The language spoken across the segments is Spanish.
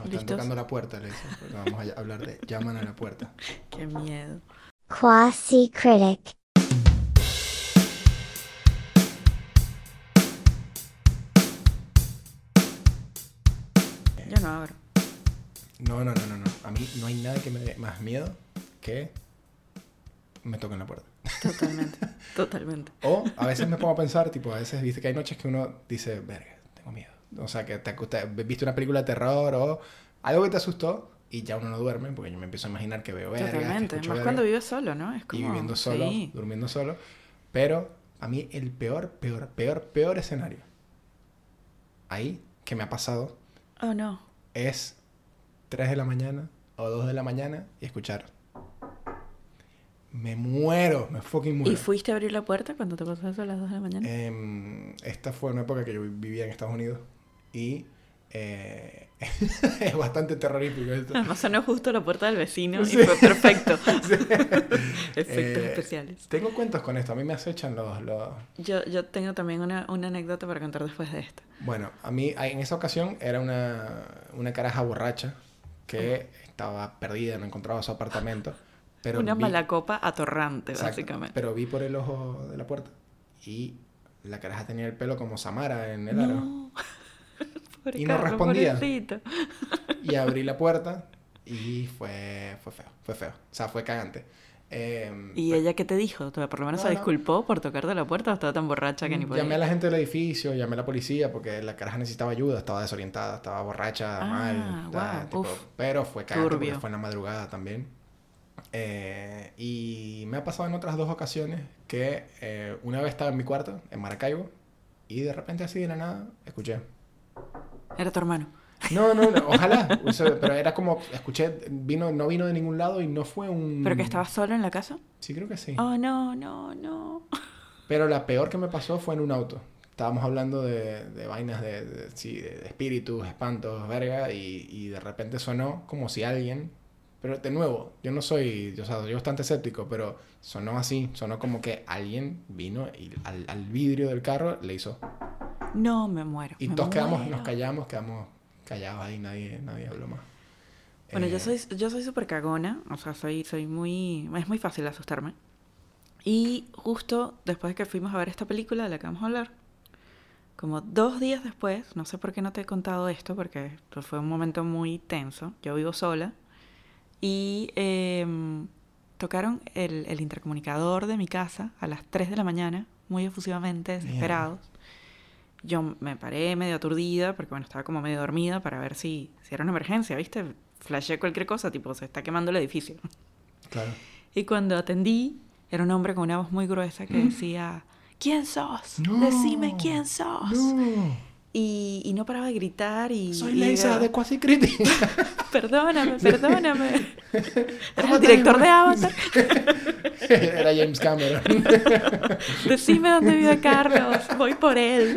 están ¿Listos? tocando la puerta, le dicen. Porque vamos a hablar de llaman a la puerta. Qué miedo. Quasi critic. Yo no abro. No. A mí no hay nada que me dé más miedo que me toquen la puerta. Totalmente. Totalmente. O a veces me pongo a pensar, tipo, a veces viste que hay noches que uno dice, verga, tengo miedo. O sea, que viste una película de terror o algo que te asustó y ya uno no duerme porque yo me empiezo a imaginar que veo verga, que Totalmente. escucho Más verga, cuando vives solo, ¿no? Es y como... viviendo solo, Sí. durmiendo solo. Pero a mí el peor escenario ahí que me ha pasado Oh, no. es 3 de la mañana o 2 de la mañana y escuchar. Me muero, me fucking ¿Y muero. fuiste a abrir la puerta cuando te pasó eso a las 2 de la mañana? Esta fue una época que yo vivía en Estados Unidos y es bastante terrorífico esto. Además sonó justo la puerta del vecino Sí. y fue perfecto. Sí. Efectos especiales. Tengo cuentos con esto, a mí me acechan Yo tengo también una anécdota para contar después de esta. Bueno, a mí en esa ocasión era una caraja borracha que estaba perdida, no encontraba su apartamento. Pero Una vi- mala copa atorrante, Exacto, básicamente. pero vi por el ojo de la puerta y la caraja tenía el pelo como Samara en el aro. No. Pobre Y no Carlos, respondía. pobrecito. Y abrí la puerta y fue feo. O sea, fue cagante. ¿Y ella qué te dijo? ¿Por lo menos No, se no. disculpó por tocarte la puerta o estaba tan borracha que ni podía? Llamé a la gente del edificio, llamé a la policía porque la caraja necesitaba ayuda, estaba desorientada, estaba borracha, mal. Wow, tipo, uf. pero fue cagante porque Turbio. fue en la madrugada también. Y me ha pasado en otras 2 ocasiones que una vez estaba en mi cuarto, en Maracaibo, y de repente así de la nada escuché. Era tu hermano. No, ojalá. O sea, pero era como, escuché, no vino de ningún lado y no fue un... ¿Pero que estabas solo en la casa? Sí, creo que sí. Oh, no. Pero la peor que me pasó fue en un auto. Estábamos hablando de vainas sí, de espíritus, espantos, verga, y de repente sonó como si alguien... Pero de nuevo, yo no soy... O sea, soy bastante escéptico, pero sonó así. Sonó como que alguien vino y al vidrio del carro le hizo... No, me muero. Y me todos quedamos muero. quedamos callados ahí, nadie habló más. Bueno, Eh, yo soy súper cagona, o sea, soy muy... Es muy fácil asustarme. Y justo después de que fuimos a ver esta película de la que vamos a hablar, como 2 días después, no sé por qué no te he contado esto, porque fue un momento muy tenso, yo vivo sola, y tocaron el intercomunicador de mi casa a las 3 de la mañana, muy efusivamente, desesperados. Yo me paré medio aturdida, porque bueno, estaba como medio dormida para ver si era una emergencia, ¿viste? Flashé cualquier cosa, tipo, se está quemando el edificio. Claro. Y cuando atendí, era un hombre con una voz muy gruesa que decía, ¿quién sos? No. Decime quién sos. No. Y no paraba de gritar y... Soy y Leisa era, de Quasi Critic. Perdóname. Eres el director de Avatar. Era James Cameron. Decime dónde vive Carlos. Voy por él.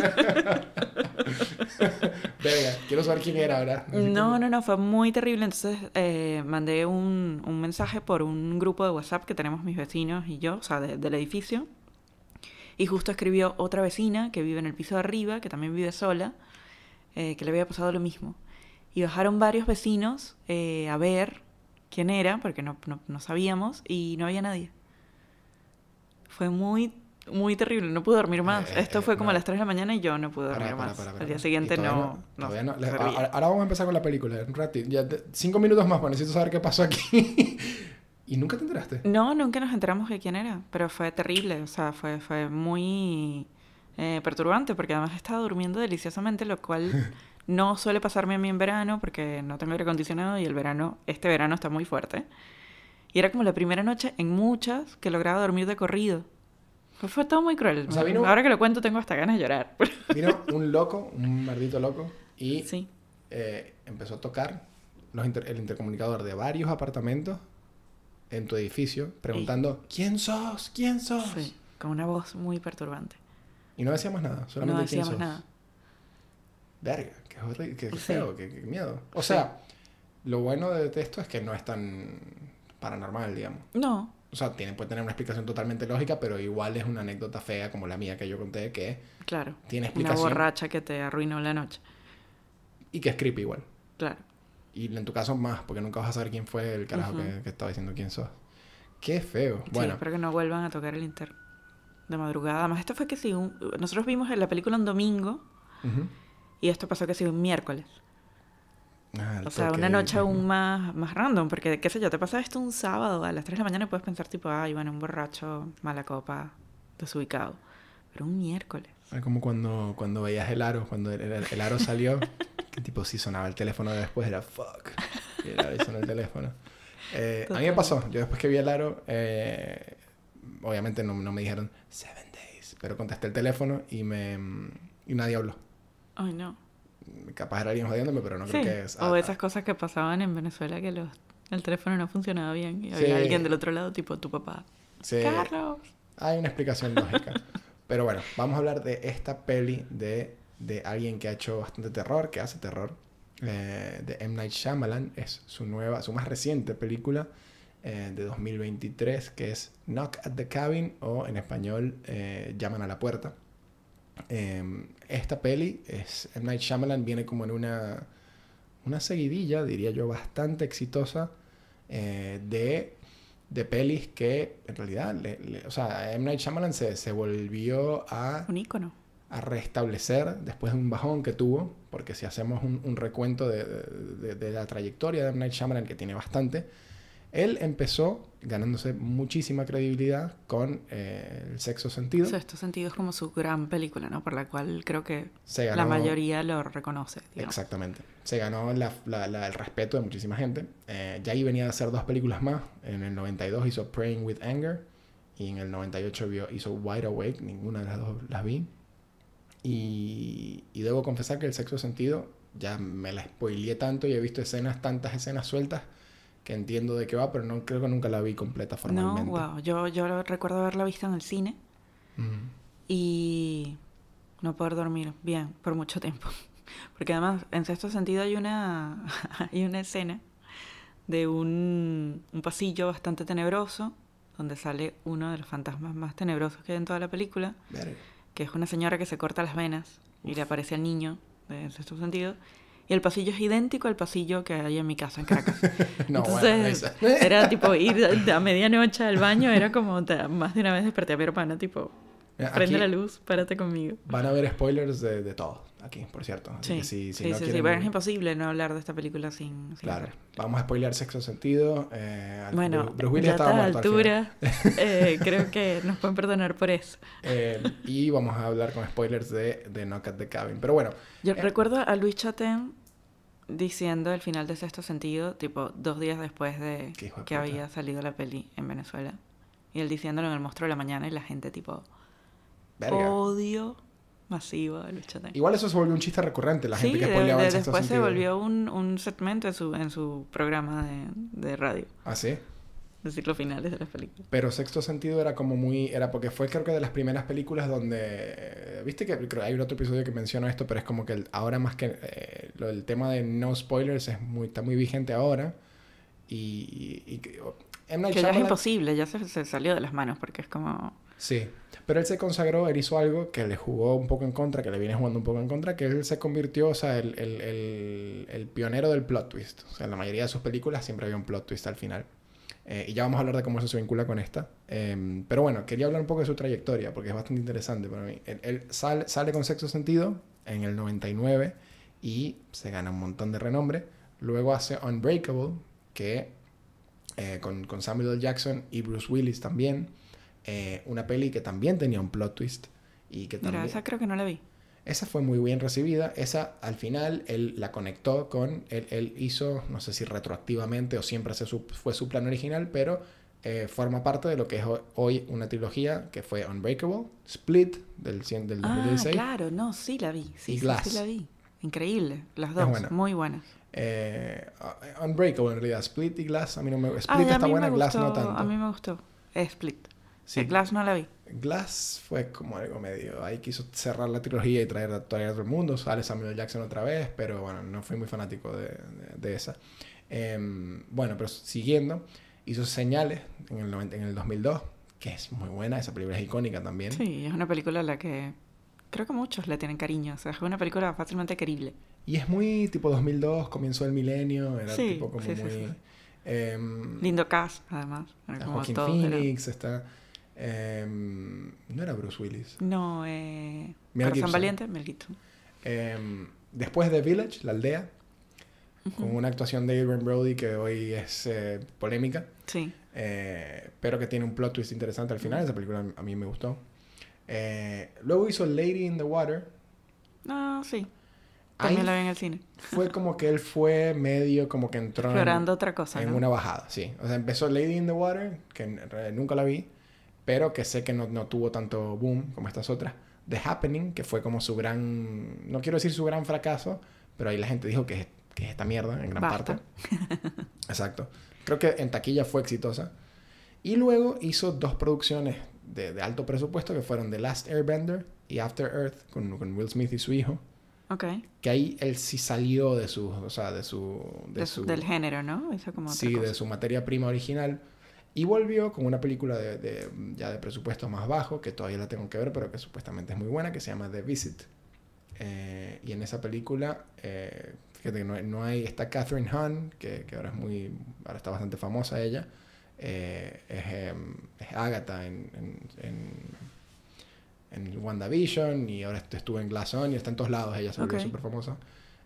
Verga, quiero saber quién era ahora. No, fue muy terrible. Entonces mandé un mensaje por un grupo de WhatsApp que tenemos mis vecinos y yo, o sea, del edificio. Y justo escribió otra vecina que vive en el piso de arriba, que también vive sola, que le había pasado lo mismo. Y bajaron varios vecinos a ver quién era, porque no sabíamos, y no había nadie. Fue muy terrible, no pude dormir más. Esto fue como a las 3 de la mañana y yo no pude dormir más. Al día siguiente Todavía no. servía. Ahora vamos a empezar con la película. Un ratito. 5 minutos más, pues necesito saber qué pasó aquí. ¿Y nunca te enteraste? No, nunca nos enteramos de quién era, pero fue terrible, o sea, fue muy perturbante, porque además estaba durmiendo deliciosamente, lo cual no suele pasarme a mí en verano, porque no tengo aire acondicionado y este verano está muy fuerte. Y era como la primera noche en muchas que lograba dormir de corrido. Fue todo muy cruel. O sea, Ahora que lo cuento tengo hasta ganas de llorar. Vino un maldito loco, y Sí. empezó a tocar el intercomunicador de varios apartamentos en tu edificio, preguntando, ¿quién sos? ¿Quién sos? Sí, con una voz muy perturbante. Y no decía más nada, solamente No quién decíamos sos. nada. Verga, qué horrible, qué Sí. feo, qué miedo. O Sí. sea, lo bueno de esto es que no es tan paranormal, digamos. No, O sea, puede tener una explicación totalmente lógica, pero igual es una anécdota fea como la mía que yo conté, que claro. tiene Una explicación borracha que te arruinó la noche. y que es creepy igual. Claro. Y en tu caso más, porque nunca vas a saber quién fue el carajo que estaba diciendo quién sos. Qué feo. Sí, Bueno, espero que no vuelvan a tocar el Inter de madrugada. Además, esto fue que sí, nosotros vimos la película un domingo ujú. y esto pasó que sí un miércoles. El O sea, toque una del noche aún mismo. más random, porque, qué sé yo, te pasa esto un sábado a las 3 de la mañana y puedes pensar tipo, ay, bueno, un borracho, mala copa, desubicado. Pero un miércoles. Es como cuando veías el aro, cuando el aro salió, que tipo sí sonaba el teléfono de después, era fuck. Y el aro sonó el teléfono. A mí me pasó, yo después que vi el aro, obviamente no me dijeron 7 days, pero contesté el teléfono y nadie habló. Ay, no. Capaz era alguien jodiéndome, pero no creo Sí, que es... o esas cosas que pasaban en Venezuela que el teléfono no funcionaba bien y Sí. había alguien del otro lado, tipo tu papá. Sí, Carlos. hay una explicación lógica. Pero bueno, vamos a hablar de esta peli de alguien que ha hecho bastante terror, que hace terror. De M. Night Shyamalan. Es su más reciente película de 2023, que es Knock at the Cabin, o en español, Llaman a la puerta. Esta peli M. Night Shyamalan viene como en una seguidilla, diría yo, bastante exitosa de pelis que en realidad, o sea, M. Night Shyamalan se volvió Un ícono. a restablecer después de un bajón que tuvo, porque si hacemos un recuento de la trayectoria de M. Night Shyamalan, que tiene bastante, él empezó ganándose muchísima credibilidad con El Sexto Sentido. Sexto Sentido es como su gran película, ¿no? Por la cual creo que Se ganó, la mayoría lo reconoce, digamos. exactamente. Se ganó el respeto de muchísima gente. Ya ahí venía de hacer 2 películas más. En el 92 hizo Praying with Anger. Y en el 98 hizo Wide Awake. Ninguna de las dos las vi. Y debo confesar que El Sexto Sentido ya me la spoileé tanto y he visto tantas escenas sueltas, que entiendo de qué va, pero no creo que nunca la vi completa formalmente. No, wow. Yo recuerdo haberla visto en el cine y no poder dormir bien por mucho tiempo. Porque además, en Sexto Sentido hay una escena de un pasillo bastante tenebroso, donde sale uno de los fantasmas más tenebrosos que hay en toda la película, Verga. que es una señora que se corta las venas y le aparece al niño de Sexto Sentido. Y el pasillo es idéntico al pasillo que hay en mi casa en Caracas. No, Entonces, bueno, era tipo ir a medianoche al baño, era como más de una vez desperté a mi hermana, tipo, prende la luz, párate conmigo. Van a haber spoilers de todo aquí, por cierto. Así que si no quieren... pero es imposible no hablar de esta película sin Claro, hablar. vamos a spoilear Sexto Sentido. Bueno, Bruce Willis ya a estaba esta muerto al final. altura, creo que nos pueden perdonar por eso. Y vamos a hablar con spoilers de Knock at the Cabin. Pero bueno. Yo recuerdo a Luis Chaten diciendo el final de Sexto Sentido, tipo 2 días después de Qué hijo de que puta. había salido la peli en Venezuela. Y él diciéndolo en El Monstruo de la Mañana y la gente tipo... Verga. Odio masivo a Luis Chaten. Igual eso se volvió un chiste recurrente. La gente Sí, que spoileaba el Sexto después se Sentido. volvió un segmento en su programa de radio. Ah, sí. Decir los finales de las películas. Pero Sexto Sentido era como muy... Era porque fue creo que de las primeras películas donde... Viste que creo, hay un otro episodio que menciona esto, pero es como que ahora más que... el tema de no spoilers está muy vigente ahora. Y M. Night Que ya es Shyamalan- imposible, ya se salió de las manos porque es como... Sí, pero él se consagró, él hizo algo que le jugó un poco en contra, que le viene jugando un poco en contra, que él se convirtió, o sea, el pionero del plot twist. O sea, en la mayoría de sus películas siempre había un plot twist al final. Y ya vamos a hablar de cómo eso se vincula con esta. Pero bueno, quería hablar un poco de su trayectoria, porque es bastante interesante para mí. Él sale con Sexto Sentido en el 99 y se gana un montón de renombre. Luego hace Unbreakable, que con Samuel L. Jackson y Bruce Willis también. Una peli que también tenía un plot twist. Y que también... Mira, esa creo que no la vi. Esa fue muy bien recibida. Esa, al final, él la conectó con... Él hizo, no sé si retroactivamente o siempre fue su plan original, pero forma parte de lo que es hoy una trilogía que fue Unbreakable, Split, del 2016. Ah, claro, no, sí la vi. Sí, y sí, Glass. sí la vi. Increíble, las Es dos, buena. muy buenas. Unbreakable, en realidad. Split y Glass, a mí no me... Split ya a está mí buena, me Glass gustó, no tanto. a mí me gustó. Split. Sí. Glass no la vi. Glass fue como algo medio... Ahí quiso cerrar la trilogía y traer a todo el mundo. Sale Samuel L. Jackson otra vez, pero bueno, no fui muy fanático de esa. Bueno, pero siguiendo, hizo Señales en el 2002, que es muy buena. Esa película es icónica también. Sí, es una película a la que creo que muchos le tienen cariño. O sea, es una película fácilmente querible. Y es muy tipo 2002, comienzo del milenio, era Sí, tipo como sí, sí, muy... sí. em, Lindo cast, además. Era está como Joaquin todos eran... Phoenix, está... no era Bruce Willis. No, Mel Corazón Gibson. Valiente, Mel Gibson. Después de Village, La Aldea, con Ujú. una actuación de Adrien Brody que hoy es polémica, Sí. pero que tiene un plot twist interesante al final. Esa película a mí me gustó. Luego hizo Lady in the Water. No, sí. Ahí También la vi en el cine. fue como que él fue medio como que entró Explorando otra cosa, en ¿no? una bajada, sí. O sea, empezó Lady in the Water, que en realidad nunca la vi, pero que sé que no tuvo tanto boom como estas otras. The Happening, que fue como su gran, no quiero decir su gran fracaso, pero ahí la gente dijo que es esta mierda en gran Basta. parte. Exacto. Creo que en taquilla fue exitosa. Y luego hizo dos producciones de alto presupuesto que fueron The Last Airbender y After Earth con Will Smith y su hijo. Ok. Que ahí él sí salió de su, o sea, Del género, ¿no? Eso como otra sí, de cosa. su materia prima original. Y volvió con una película ya de presupuesto más bajo, que todavía la tengo que ver, pero que supuestamente es muy buena, que se llama The Visit. Y en esa película, fíjate que no hay, está Catherine Hahn, que ahora está bastante famosa ella. Es Agatha en WandaVision, y ahora estuvo en Glass Onion, está en todos lados, ella se volvió Ok. súper famosa.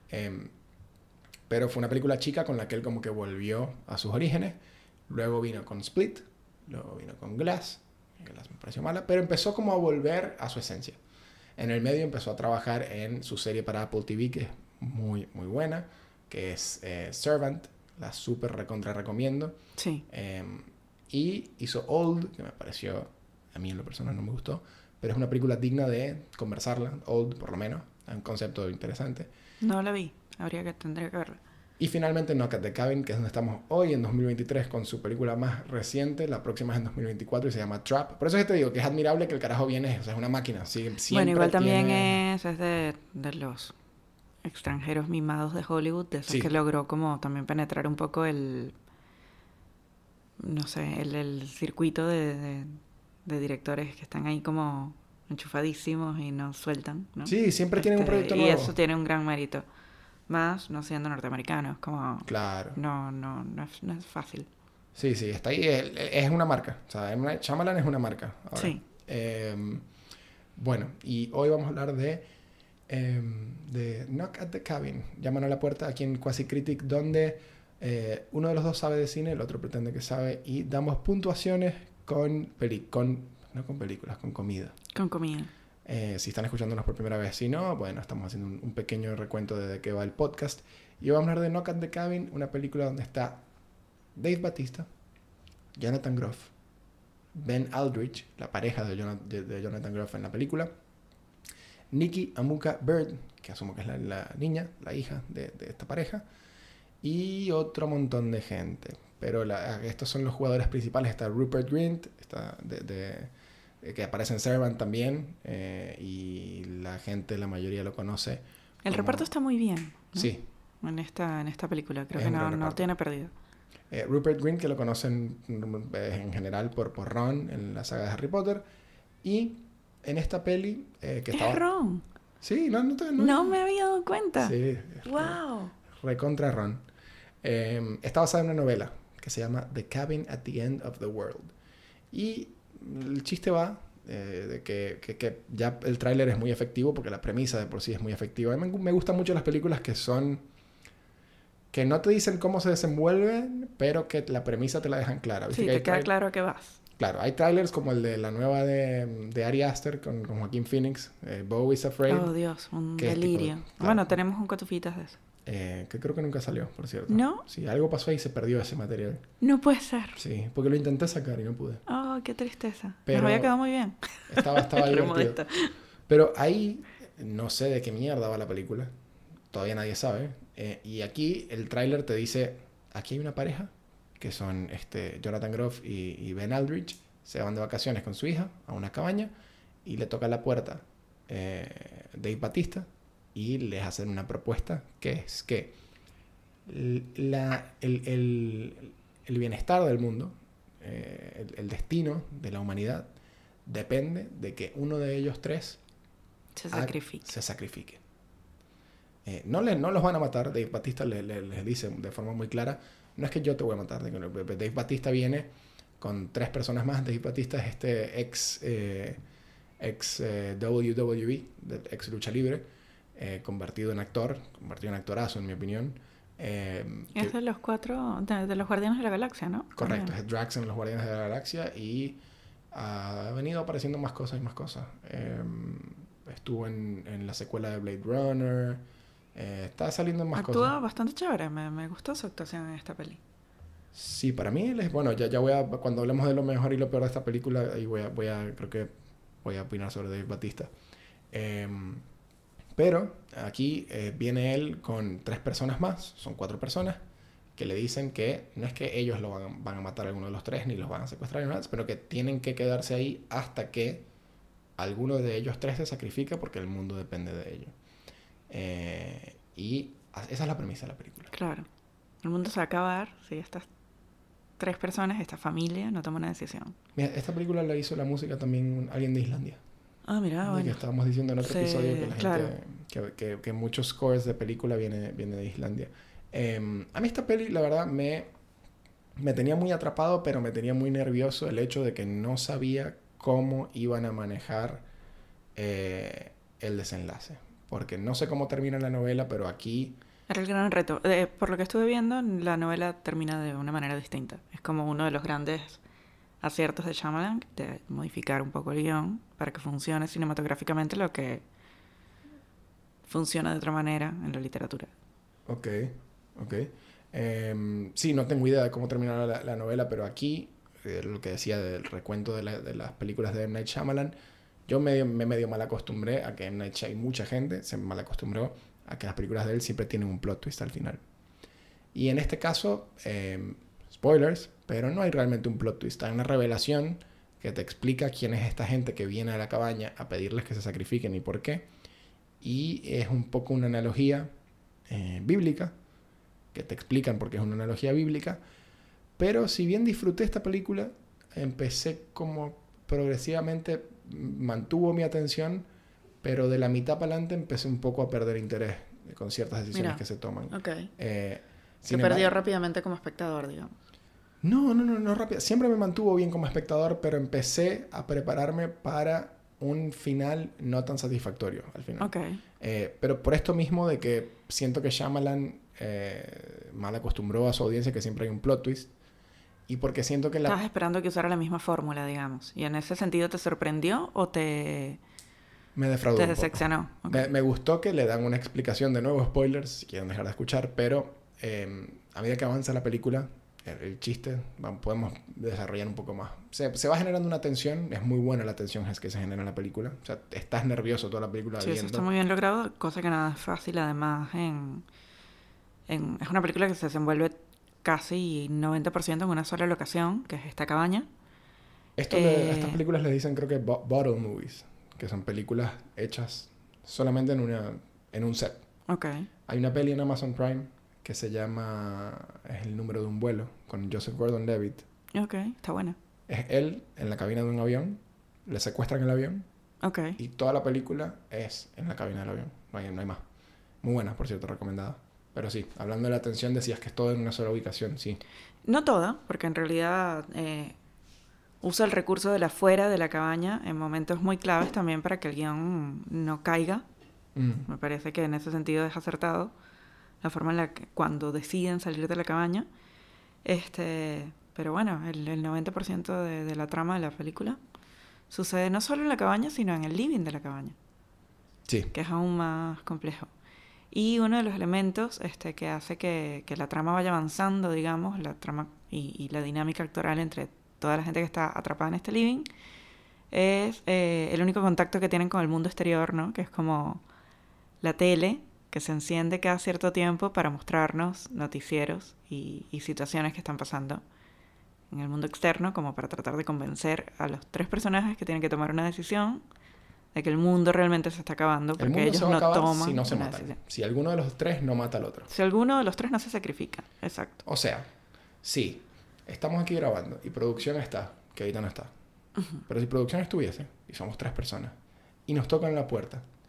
Pero fue una película chica con la que él como que volvió a sus orígenes. Luego vino con Split, luego vino con Glass. Glass me pareció mala, pero empezó como a volver a su esencia. En el medio empezó a trabajar en su serie para Apple TV, que es muy, muy buena, que es Servant, la súper recontra recomiendo. Sí. Y hizo Old, que me pareció, a mí en lo personal no me gustó, pero es una película digna de conversarla, Old por lo menos, es un concepto interesante. No la vi. Tendría que verla. Y finalmente Knock at the Cabin, que es donde estamos hoy en 2023 con su película más reciente. La próxima es en 2024 y se llama Trap. Por eso es que te digo que es admirable que el carajo viene, o sea, es una máquina. Siempre Bueno, igual también tiene... es de los extranjeros mimados de Hollywood, de esos Sí, que logró como también penetrar un poco no sé, el circuito de directores que están ahí como enchufadísimos y no sueltan, ¿no? sí, siempre tienen un proyecto Y nuevo. eso tiene un gran mérito. Más no siendo norteamericanos, como Claro. no es fácil. Sí, sí, está ahí. Es una marca. O sea, Shyamalan es una marca. Ahora. Sí. Bueno, y hoy vamos a hablar de Knock at the Cabin, llaman a la puerta, aquí en Quasi Critic, donde uno de los dos sabe de cine, el otro pretende que sabe, y damos puntuaciones no con películas, con comida. Con comida. Si están escuchándonos por primera vez, si no, bueno, estamos haciendo un pequeño recuento de qué va el podcast. Y hoy vamos a hablar de Knock at the Cabin, una película donde está Dave Bautista, Jonathan Groff, Ben Aldrich, la pareja de Jonathan Groff en la película, Nikki Amuka Bird, que asumo que es la niña, la hija de esta pareja, y otro montón de gente. Pero estos son los jugadores principales. Está Rupert Grint, está que aparece en Servant también, y la gente, la mayoría lo conoce. El reparto está muy bien, ¿no? Sí. En esta película, creo Es que un gran no reparto. tiene perdido. Rupert Grint, que lo conocen en general por Ron en la saga de Harry Potter. Y en esta peli que estaba... Es Ron. Sí, No me había dado cuenta. Sí, Wow. recontra Ron. Está basada en una novela que se llama The Cabin at the End of the World. Y el chiste va de que ya el tráiler es muy efectivo, porque la premisa de por sí es muy efectiva. A mí me gustan mucho las películas que no te dicen cómo se desenvuelven, pero que la premisa te la dejan clara. ¿Viste? Sí, Que hay te queda claro a qué vas. Claro, hay trailers como el de la nueva de Ari Aster con Joaquin Phoenix, Beau is Afraid, Oh, Dios, un que es tipo, delirio. claro, Bueno, tenemos un cotufitas de eso. que creo que nunca salió, por cierto. ¿No? Sí, algo pasó ahí y se perdió ese material. No puede ser. Sí, porque lo intenté sacar y no pude. Oh, qué tristeza. Pero Nos había quedado muy bien. Estaba Qué divertido. modesta. Pero ahí no sé de qué mierda va la película. Todavía nadie sabe. Y aquí el tráiler te dice, aquí hay una pareja, que son Jonathan Groff y Ben Aldrich. Se van de vacaciones con su hija a una cabaña y le toca la puerta Dave Bautista y les hacen una propuesta, que es que el bienestar del mundo, el destino de la humanidad, depende de que uno de ellos tres Se sacrifica. se sacrifique. No los van a matar. Dave Bautista les dice de forma muy clara, no es que yo te voy a matar. Dave Bautista viene con 3 personas más. Dave Bautista es este ex WWE, ex lucha libre, convertido en actorazo, en mi opinión. Es de los 4, de los Guardianes de la Galaxia, ¿no? Correcto, También. es Drax en los Guardianes de la Galaxia y ha venido apareciendo más cosas y más cosas. Estuvo en la secuela de Blade Runner. Está saliendo en más Actúa cosas. bastante chévere, me gustó su actuación en esta peli. Sí, para mí, bueno, ya voy a, cuando hablemos de lo mejor y lo peor de esta película, ahí creo que voy a opinar sobre Dave Bautista. Pero aquí viene él con 3 personas más, son 4 personas, que le dicen que no es que ellos van a matar a alguno de los 3 ni los van a secuestrar ni nada, pero que tienen que quedarse ahí hasta que alguno de ellos 3 se sacrifique porque el mundo depende de ellos. Y esa es la premisa de la película. Claro. El mundo se va a acabar si estas 3 personas, esta familia, no toma una decisión. Mira, esta película la hizo la música también alguien de Islandia. Ah, mira, Que bueno. estábamos diciendo en otro Sí, episodio que la claro. gente que muchos scores de película viene de Islandia. A mí esta peli la verdad me tenía muy atrapado, pero me tenía muy nervioso el hecho de que no sabía cómo iban a manejar el desenlace, porque no sé cómo termina la novela, pero aquí Era el gran reto. Por lo que estuve viendo, la novela termina de una manera distinta. Es como uno de los grandes aciertos de Shyamalan, de modificar un poco el guión para que funcione cinematográficamente lo que funciona de otra manera en la literatura. Ok. Sí, no tengo idea de cómo terminará la novela, pero aquí, lo que decía del recuento de las películas de M. Night Shyamalan, yo me medio mal acostumbré a que M. Night Shyamalan, mucha gente se mal acostumbró a que las películas de él siempre tienen un plot twist al final. Y en este caso, spoilers, pero no hay realmente un plot twist. Hay una revelación que te explica quién es esta gente que viene a la cabaña a pedirles que se sacrifiquen y por qué. Y es un poco una analogía bíblica, que te explican por qué es una analogía bíblica. Pero si bien disfruté esta película, empecé como progresivamente, mantuvo mi atención, pero de la mitad para adelante empecé un poco a perder interés con ciertas decisiones que se toman. Ok. Sin Se perdió embargo, rápidamente como espectador, digamos. no rápido. Siempre me mantuvo bien como espectador, pero empecé a prepararme para un final no tan satisfactorio al final. Ok. Pero por esto mismo de que siento que Shyamalan mal acostumbró a su audiencia que siempre hay un plot twist. Y porque siento que Estabas esperando que usara la misma fórmula, digamos. ¿Y en ese sentido te sorprendió o te defraudó un poco. decepcionó? Okay. Me gustó que le dan una explicación, de nuevo spoilers, si quieren dejar de escuchar, pero a medida que avanza la película, el chiste, podemos desarrollar un poco más. Se va generando una tensión, es muy buena la tensión que se genera en la película. O sea, estás nervioso toda la película Sí, viendo. eso está muy bien logrado, cosa que nada es fácil, además, es una película que se desenvuelve casi 90% en una sola locación, que es esta cabaña. Estas películas les dicen, creo que bottle movies, que son películas hechas solamente en un set. Okay. Hay una peli en Amazon Prime que se llama Es el número de un vuelo, con Joseph Gordon-Levitt. Ok, está buena. Es él en la cabina de un avión, le secuestran el avión, Okay. y toda la película es en la cabina del avión. No hay más. Muy buena, por cierto, recomendada. Pero sí, hablando de la atención, decías que es todo en una sola ubicación, sí. No toda, porque en realidad usa el recurso de la fuera de la cabaña en momentos muy claves también para que el guión no caiga. Me parece que en ese sentido es acertado la forma en la que cuando deciden salir de la cabaña. Pero bueno, el 90% de la trama de la película sucede no solo en la cabaña, sino en el living de la cabaña. Sí. Que es aún más complejo. Y uno de los elementos que hace que la trama vaya avanzando, digamos, la trama y la dinámica actoral entre toda la gente que está atrapada en este living, es el único contacto que tienen con el mundo exterior, ¿no? Que es como la tele, que se enciende cada cierto tiempo para mostrarnos noticieros y situaciones que están pasando en el mundo externo, como para tratar de convencer a los 3 personajes que tienen que tomar una decisión de que el mundo realmente se está acabando porque ellos no toman si no se una matan. decisión. Si alguno de los 3 no mata al otro. Si alguno de los 3 no se sacrifica, exacto. O sea, sí, estamos aquí grabando y producción está, que ahorita no está. Pero si producción estuviese, y somos 3 personas, y nos tocan la puerta,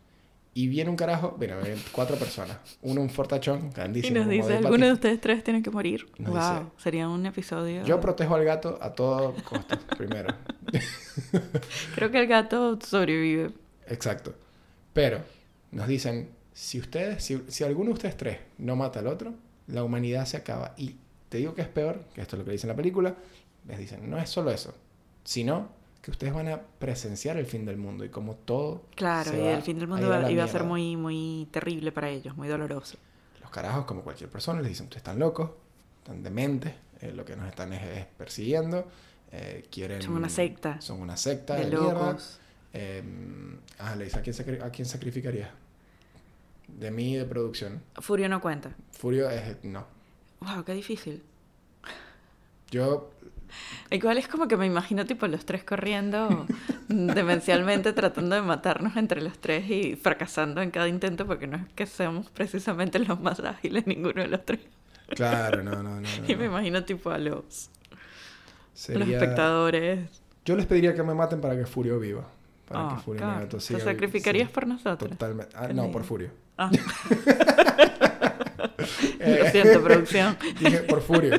Y viene un carajo, bueno, 4 personas. Uno un fortachón, Y grandísimo. nos como dice, de alguno de patito. ustedes tres tiene que morir. Nos Wow, dice, sería un episodio... yo protejo al gato a todo costo, primero. Creo que el gato sobrevive. Exacto. Pero nos dicen, si alguno de ustedes tres no mata al otro, la humanidad se acaba. Y te digo que es peor, que esto es lo que dice en la película, les dicen, no es solo eso, sino que ustedes van a presenciar el fin del mundo y como todo Claro, se y va el fin del a mundo ir a la iba a ser mierda. muy, muy terrible para ellos, muy doloroso. Los carajos, como cualquier persona, les dicen, ustedes están locos, están dementes, lo que nos están es persiguiendo, quieren... Son una secta. Son una secta De de mierda. locos. Le dice, ¿a quién sacrificarías? De mí y de producción. Furio no cuenta. Furio es... No. Wow, qué difícil. Yo... Igual es como que me imagino tipo los tres corriendo demencialmente tratando de matarnos entre los tres y fracasando en cada intento porque no es que seamos precisamente los más ágiles ninguno de los tres. Claro, no. Y me imagino tipo a los Sería... espectadores. Yo les pediría que me maten para que Furio viva. Para que Oh, Furio God. mi gato ¿Te siga sacrificarías sí, por nosotros? Totalmente. Qué No, lindo. por Furio. Ah. Lo siento, producción. Dije por Furio.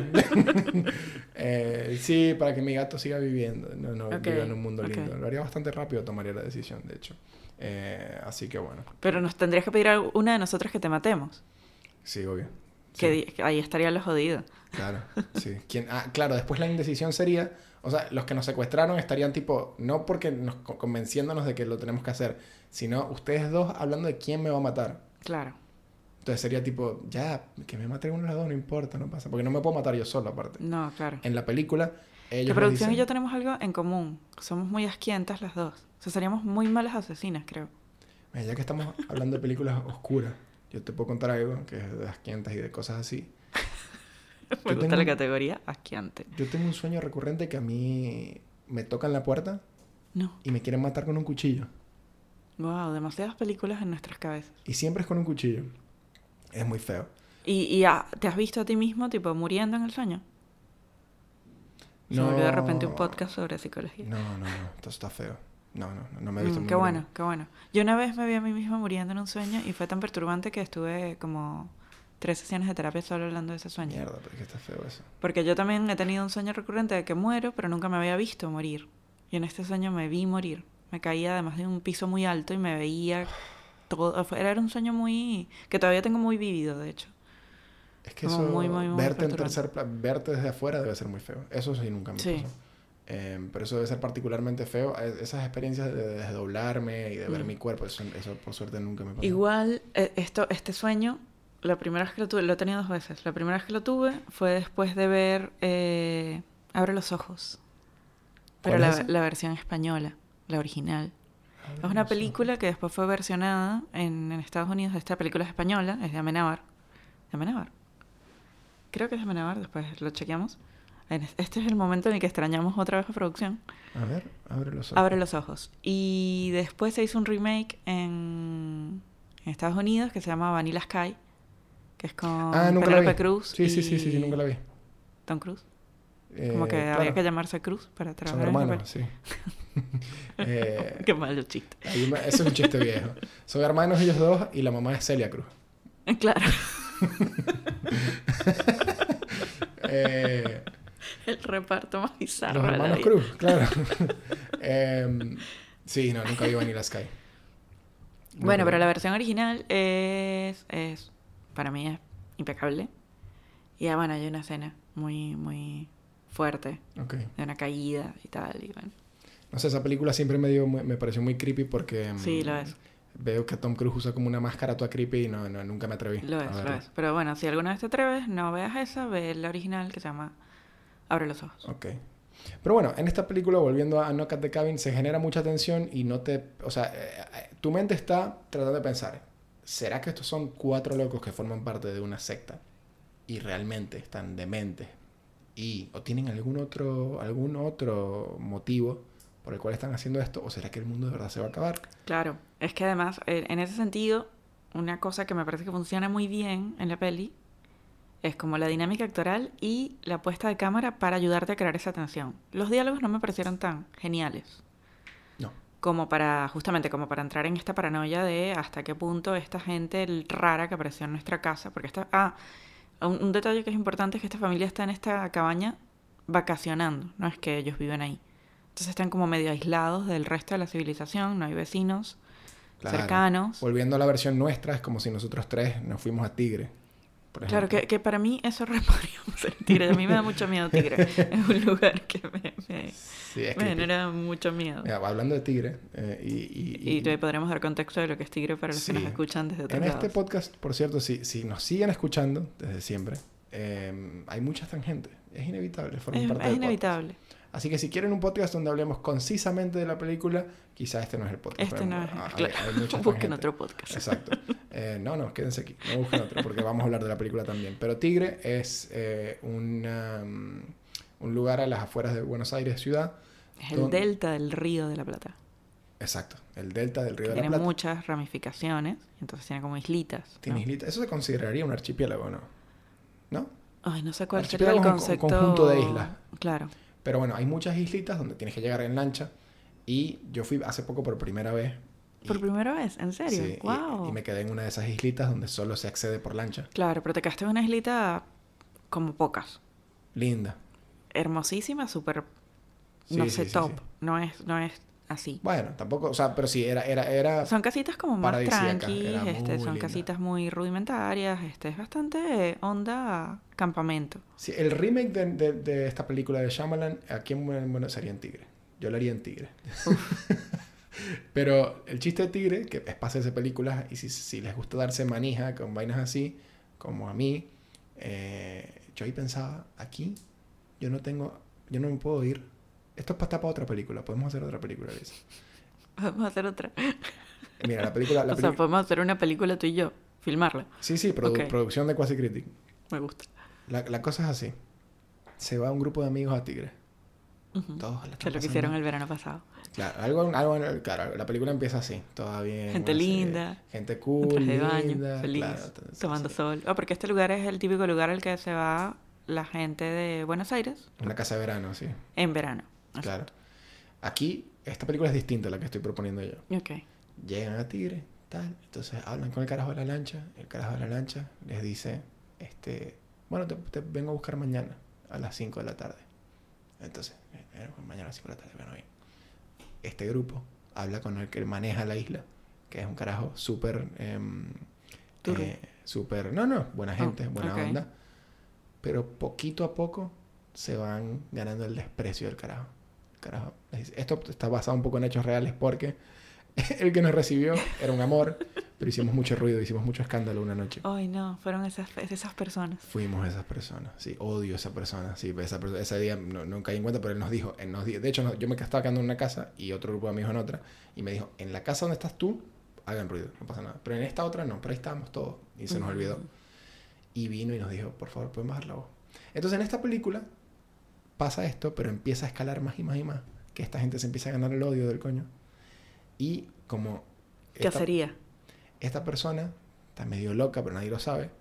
Sí, para que mi gato siga viviendo. No Ok, viva en un mundo ok. lindo. Lo haría bastante rápido, tomaría la decisión, de hecho. Así que bueno. Pero nos tendrías que pedir a una de nosotras que te matemos. Sí, obvio. Que Sí, que ahí estaría lo jodido. claro. Sí. Claro, después la indecisión sería... O sea, los que nos secuestraron estarían tipo... No porque nos convenciéndonos de que lo tenemos que hacer, sino ustedes dos hablando de quién me va a matar. Claro. Entonces sería tipo... Ya, que me mate uno de los dos, no importa, no pasa. Porque no me puedo matar yo solo, aparte. No, claro. En la película, ellos La les producción y yo dicen... tenemos algo en común. Somos muy asquientas las dos. O sea, seríamos muy malas asesinas, creo. Mira, ya que estamos hablando de películas oscuras, yo te puedo contar algo que es de las 500 y de cosas así. Me gusta tengo la un- categoría asquiante. Yo tengo un sueño recurrente que a mí me tocan la puerta No. y me quieren matar con un cuchillo. Wow, demasiadas películas en nuestras cabezas. Y siempre es con un cuchillo. Es muy feo. ¿Te has visto a ti mismo, tipo, muriendo en el sueño? Se volvió de repente un podcast sobre psicología. No, esto está feo. No me he visto Qué bueno, qué bueno. Yo una vez me vi a mí misma muriendo en un sueño y fue tan perturbante que estuve como 3 sesiones de terapia solo hablando de ese sueño. Mierda, pero es que está feo eso. Porque yo también he tenido un sueño recurrente de que muero, pero nunca me había visto morir. Y en este sueño me vi morir. Me caía además de un piso muy alto y me veía todo. Era un sueño muy... que todavía tengo muy vívido, de hecho. Es que Como eso, muy, muy, muy verte en perturbante. verte desde afuera debe ser muy feo. Eso sí nunca me Sí. pasó. Pero eso debe ser particularmente feo. Esas experiencias de desdoblarme y de ver mi cuerpo, eso por suerte nunca me pasó. Igual, este sueño, la primera vez que lo tuve, lo he tenido 2 veces. La primera vez que lo tuve fue después de ver Abre los ojos. Pero ¿Cuál es esa? la versión española, la original. Abre Es una los película que después fue versionada en Estados Unidos. Esta película es española, es de Amenábar. ¿De Amenábar? Creo que es de Amenábar, después lo chequeamos. Este es el momento en el que extrañamos otra vez a producción. A ver, abre los ojos. Abre los ojos. Y después se hizo un remake en Estados Unidos que se llama Vanilla Sky, que es con Nunca la Penélope vi. Cruz Sí, y nunca la vi. Tom Cruise. Como que Claro, había que llamarse Cruz para son trabajar en la hermanos, peli. sí. Qué malo chiste. Eso es un chiste viejo. Son hermanos ellos dos y la mamá es Celia Cruz. Claro. Eh, El reparto más bizarro los de la hermanos vida. Cruz, claro. Sí, nunca vi Vanilla Sky. Bueno, Nunca pero vi. la versión original para mí es impecable. Y bueno, hay una escena muy, muy fuerte Ok. de una caída y tal. Y bueno, No sé, esa película siempre me pareció muy creepy porque sí, lo es. veo que Tom Cruise usa como una máscara toda creepy y nunca me atreví Lo a es, lo verla. es. Pero bueno, si alguna vez te atreves, no veas esa, ve la original que se llama Abre los ojos. Ok. Pero bueno, en esta película, volviendo a Knock at the Cabin, se genera mucha tensión y no te... O sea, tu mente está tratando de pensar, ¿será que estos son 4 locos que forman parte de una secta y realmente están dementes? ¿O tienen algún otro motivo por el cual están haciendo esto? ¿O será que el mundo de verdad se va a acabar? Claro, es que además, en ese sentido, una cosa que me parece que funciona muy bien en la peli es como la dinámica actoral y la puesta de cámara para ayudarte a crear esa tensión. Los diálogos no me parecieron tan geniales. No. como para, justamente, como para entrar en esta paranoia de hasta qué punto esta gente rara que apareció en nuestra casa, porque un detalle que es importante es que esta familia está en esta cabaña vacacionando, no es que ellos viven ahí. Entonces están como medio aislados del resto de la civilización, no hay vecinos Claro. cercanos. Volviendo a la versión nuestra, es como si nosotros tres nos fuimos a Tigre, por Claro, ejemplo. que para mí eso podríamos ser Tigre. A mí me da mucho miedo Tigre. Es un lugar que Sí, es me creepy. genera mucho miedo. Mira, hablando de Tigre, Y todavía podremos dar contexto de lo que es Tigre para los que nos sí. escuchan desde otros En lados. este podcast, por cierto, si nos siguen escuchando desde siempre, hay muchas tangentes. Es inevitable, forman parte Es del inevitable. podcast. Así que si quieren un podcast donde hablemos concisamente de la película, quizá este no es el podcast. Este no es. Claro. Hay muchas Busquen tangentes. otro podcast. Exacto. No, quédense aquí. No busquen otro porque vamos a hablar de la película también. Pero Tigre es un lugar a las afueras de Buenos Aires, ciudad. Es el delta del Río de la Plata. Exacto. El delta del Río Que de la tiene Plata. muchas ramificaciones. Entonces tiene como islitas. Tiene ¿no? islitas. Eso se consideraría un archipiélago, ¿no? ¿No? Ay, no sé cuál sería el Archipiélago es un concepto. conjunto de islas. Claro. Pero bueno, hay muchas islitas donde tienes que llegar en lancha. Y yo fui hace poco por primera vez. ¿Por primera vez? ¿En serio? Sí, ¡Wow! y me quedé en una de esas islitas donde solo se accede por lancha. Claro, pero te quedaste en una islita como pocas. Linda. Hermosísima, súper, Sí, no sí, sé, sí, top. sí. No es así. Bueno, tampoco, o sea, pero sí, era Son casitas como más paradisíaca, tranqui, era muy son linda. casitas muy rudimentarias, es bastante onda campamento. Sí, el remake de esta película de Shyamalan aquí en Buenos sería en Tigre. Yo lo haría en Tigre. Pero el chiste de Tigre, que es para hacerse películas, y si les gusta darse manija con vainas así, como a mí, yo ahí pensaba, aquí yo no me puedo ir. Esto es para otra película, podemos hacer otra película, Liz. Podemos hacer otra. Mira, la película... O sea, podemos hacer una película tú y yo, filmarla. Sí, Ok. producción de Quasi Critic. Me gusta. La cosa es así. Se va un grupo de amigos a Tigre. Ujú. Todos la Que están es lo que pasando. hicieron el verano pasado. Claro, claro, la película empieza así, toda bien. Gente así, linda, gente En cool, traje de baño, linda, feliz, claro, tomando sí. sol. Porque este lugar es el típico lugar al que se va la gente de Buenos Aires Una casa de verano, sí, en verano. claro. Aquí, esta película es distinta a la que estoy proponiendo yo. Ok. Llegan a Tigre, tal, entonces hablan con el carajo de la lancha, el carajo de la lancha les dice, bueno, te vengo a buscar mañana a las 5 de la tarde. Entonces, mañana a las 5 de la tarde, bueno, bien. Este grupo habla con el que maneja la isla, que es un carajo súper... Turbio. súper... buena gente, buena ok. onda. Pero poquito a poco se van ganando el desprecio del carajo. El carajo les dice, esto está basado un poco en hechos reales porque el que nos recibió era un amor, pero hicimos mucho ruido, hicimos mucho escándalo una noche. Ay, no, fueron esas personas. Fuimos esas personas, sí, odio a esa persona, sí, ese día no caí en cuenta, pero él nos dijo, de hecho yo me estaba quedando en una casa y otro grupo de amigos en otra, y me dijo, en la casa donde estás tú, hagan ruido, no pasa nada, pero en esta otra no, pero ahí estábamos todos, y se nos olvidó. Y vino y nos dijo, por favor, ¿pueden bajar la voz? Entonces en esta película pasa esto, pero empieza a escalar más y más y más, que esta gente se empieza a ganar el odio del coño, y como... ¿Qué sería? Esta persona está medio loca, pero nadie lo sabe.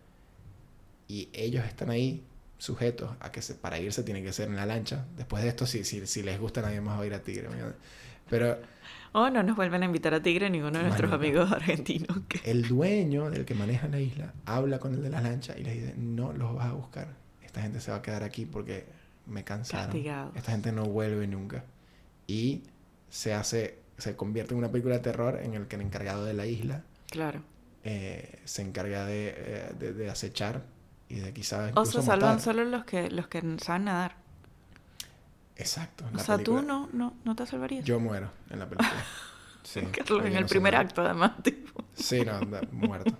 Y ellos están ahí sujetos a que para irse tiene que ser en la lancha. Después de esto, si les gusta, nadie más va a ir a Tigre. Pero Oh, no nos vuelven a invitar a Tigre ninguno de nuestros Mano, amigos argentinos. el dueño del que maneja la isla habla con el de la lancha y le dice, no los vas a buscar. Esta gente se va a quedar aquí porque me cansaron. Castigados. Esta gente no vuelve nunca. Y se convierte en una película de terror en el que el encargado de la isla Claro. se encarga de acechar y de quizás O incluso sea, salvan matar. solo los que saben nadar. Exacto. O sea, tú no te salvarías. Yo muero en la película. Sí, Carlos, en yo el no sé primer nadar. acto, además. Tipo. Sí, muerto.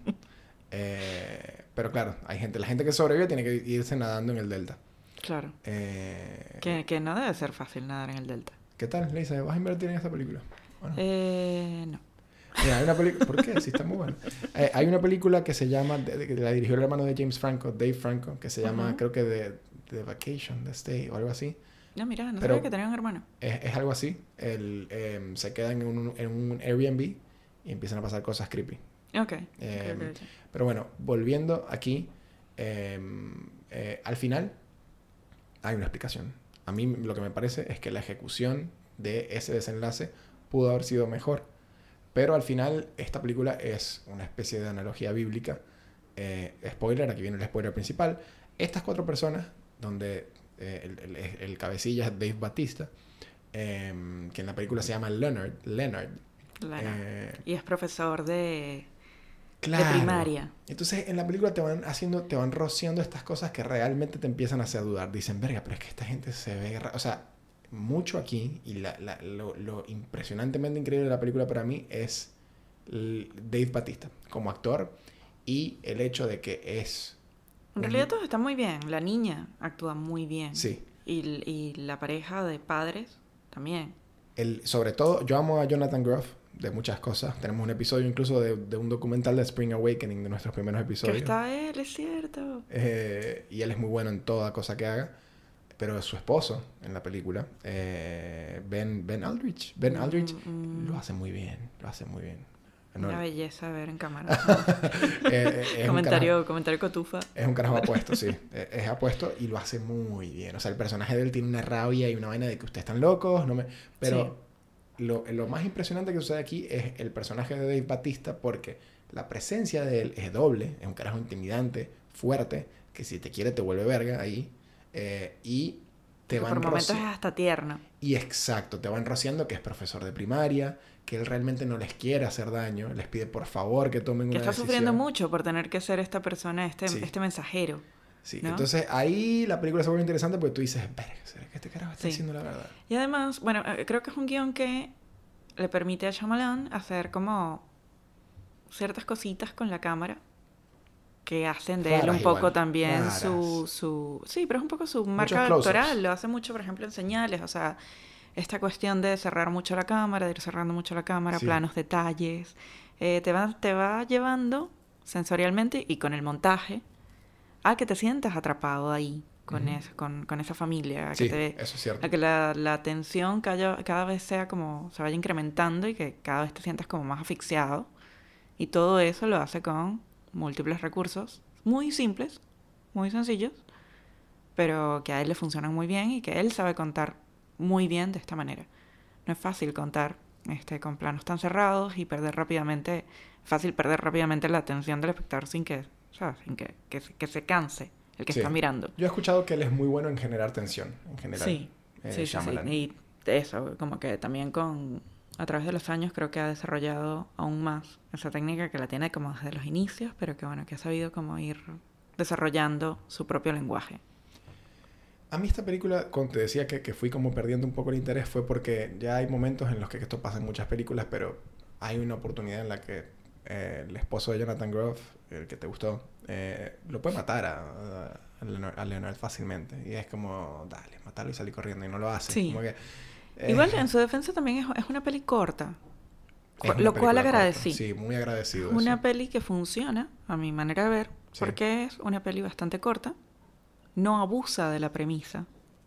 Pero claro, la gente que sobrevive tiene que irse nadando en el delta. Claro. Eh, Que no debe ser fácil nadar en el delta. ¿Qué tal, Lisa? ¿Vas a invertir en esta película? Bueno. No. Mira, hay una película... ¿Por qué? Sí, está muy buena. Hay una película que se llama... que la dirigió el hermano de James Franco, Dave Franco, que se llama, creo que The Vacation, The Stay, o algo así. No, mira, no Pero- sabía que tenía un hermano. Es algo así. Se quedan en un Airbnb y empiezan a pasar cosas creepy. Ok. Ok. Pero bueno, volviendo aquí, al final hay una explicación. A mí lo que me parece es que la ejecución de ese desenlace pudo haber sido mejor. Pero al final, esta película es una especie de analogía bíblica. Spoiler, aquí viene el spoiler principal. Estas 4 personas, donde el cabecilla es Dave Bautista, que en la película se llama Leonard. Y es profesor de Claro. primaria. Entonces en la película te van rociando estas cosas que realmente te empiezan a hacer dudar. Dicen, verga, pero es que esta gente se ve... O sea, mucho aquí, y lo impresionantemente increíble de la película para mí es Dave Bautista como actor, y el hecho de que es... En realidad todo está muy bien. La niña actúa muy bien. Sí. Y la pareja de padres también. Sobre todo, yo amo a Jonathan Groff de muchas cosas. Tenemos un episodio incluso de un documental de Spring Awakening, de nuestros primeros Que episodios. está él, es cierto. Y él es muy bueno en toda cosa que haga. Pero su esposo en la película, Ben Aldrich. Ben Aldrich lo hace muy bien. Lo hace muy bien. Una belleza ver en cámara. Es comentario cotufa. Es un carajo apuesto, sí. Es apuesto y lo hace muy bien. O sea, el personaje de él tiene una rabia y una vaina de que ustedes están locos. Pero lo más impresionante que sucede aquí es el personaje de Dave Bautista, porque la presencia de él es doble. Es un carajo intimidante, fuerte, que si te quiere te vuelve verga ahí. Y te van por momentos es hasta tierno. Y exacto, te van rociando que es profesor de primaria, que él realmente no les quiere hacer daño, les pide por favor que tomen una decisión. Que está sufriendo mucho por tener que ser esta persona, este mensajero. Sí, ¿no? Entonces ahí la película se vuelve interesante porque tú dices, verga, ¿será que este carajo está diciendo la verdad? Y además, bueno, creo que es un guión que le permite a Shyamalan hacer como ciertas cositas con la cámara que hacen de él un poco igual. También su... Sí, pero es un poco su marca actoral. Lo hace mucho, por ejemplo, en señales. O sea, esta cuestión de cerrar mucho la cámara, de ir cerrando mucho la cámara, planos, detalles. Te va llevando sensorialmente y con el montaje a que te sientas atrapado ahí con, con esa familia. Sí, eso es cierto. A que la tensión cada vez sea como... se vaya incrementando y que cada vez te sientas como más asfixiado. Y todo eso lo hace con múltiples recursos muy simples, muy sencillos, pero que a él le funcionan muy bien y que él sabe contar muy bien de esta manera. No es fácil contar con planos tan cerrados y fácil perder rápidamente la atención del espectador sin que se canse el que está mirando. Yo he escuchado que él es muy bueno en generar tensión, en general. Sí. Y eso, como que también a través de los años creo que ha desarrollado aún más esa técnica que la tiene como desde los inicios, pero que bueno, que ha sabido como ir desarrollando su propio lenguaje. A mí esta película, cuando te decía que fui como perdiendo un poco el interés, fue porque ya hay momentos en los que esto pasa en muchas películas, pero hay una oportunidad en la que el esposo de Jonathan Groff, el que te gustó, lo puede matar a Leonard fácilmente. Y es como, dale, matarlo y salir corriendo, y no lo hace. Sí. Como que, igual en su defensa también es una peli corta, lo cual agradecí. Sí, muy agradecido. Es una peli que funciona, a mi manera de ver, porque es una peli bastante corta, no abusa de la premisa,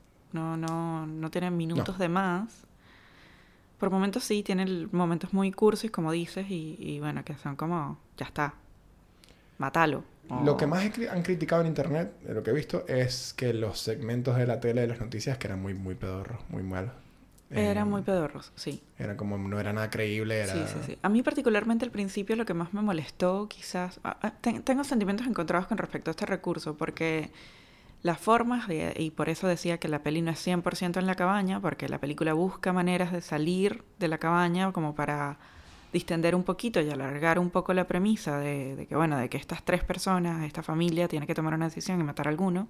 no tiene minutos de más. Por momentos sí, tiene momentos muy cursis, como dices, y bueno, que son como, ya está, mátalo. Lo que más han criticado en internet, de lo que he visto, es que los segmentos de la tele de las noticias que eran muy, muy pedorros, muy malos. Eran muy pedorros, sí. Era como, no era nada creíble. Sí. A mí particularmente al principio lo que más me molestó, quizás... tengo sentimientos encontrados con respecto a este recurso, porque las formas, y por eso decía que la peli no es 100% en la cabaña, porque la película busca maneras de salir de la cabaña como para distender un poquito y alargar un poco la premisa de que estas 3 personas, esta familia, tiene que tomar una decisión y matar a alguno.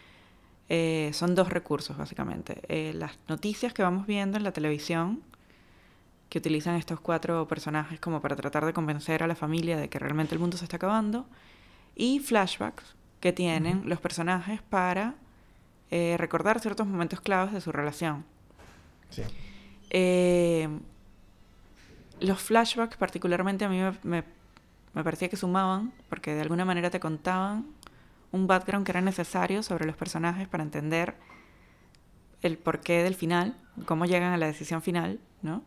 Son 2 recursos, básicamente. Las noticias que vamos viendo en la televisión, que utilizan estos 4 personajes como para tratar de convencer a la familia de que realmente el mundo se está acabando, y flashbacks que tienen los personajes para recordar ciertos momentos claves de su relación. Sí. Los flashbacks particularmente a mí me parecía que sumaban, porque de alguna manera te contaban un background que era necesario sobre los personajes para entender el porqué del final, cómo llegan a la decisión final, ¿no?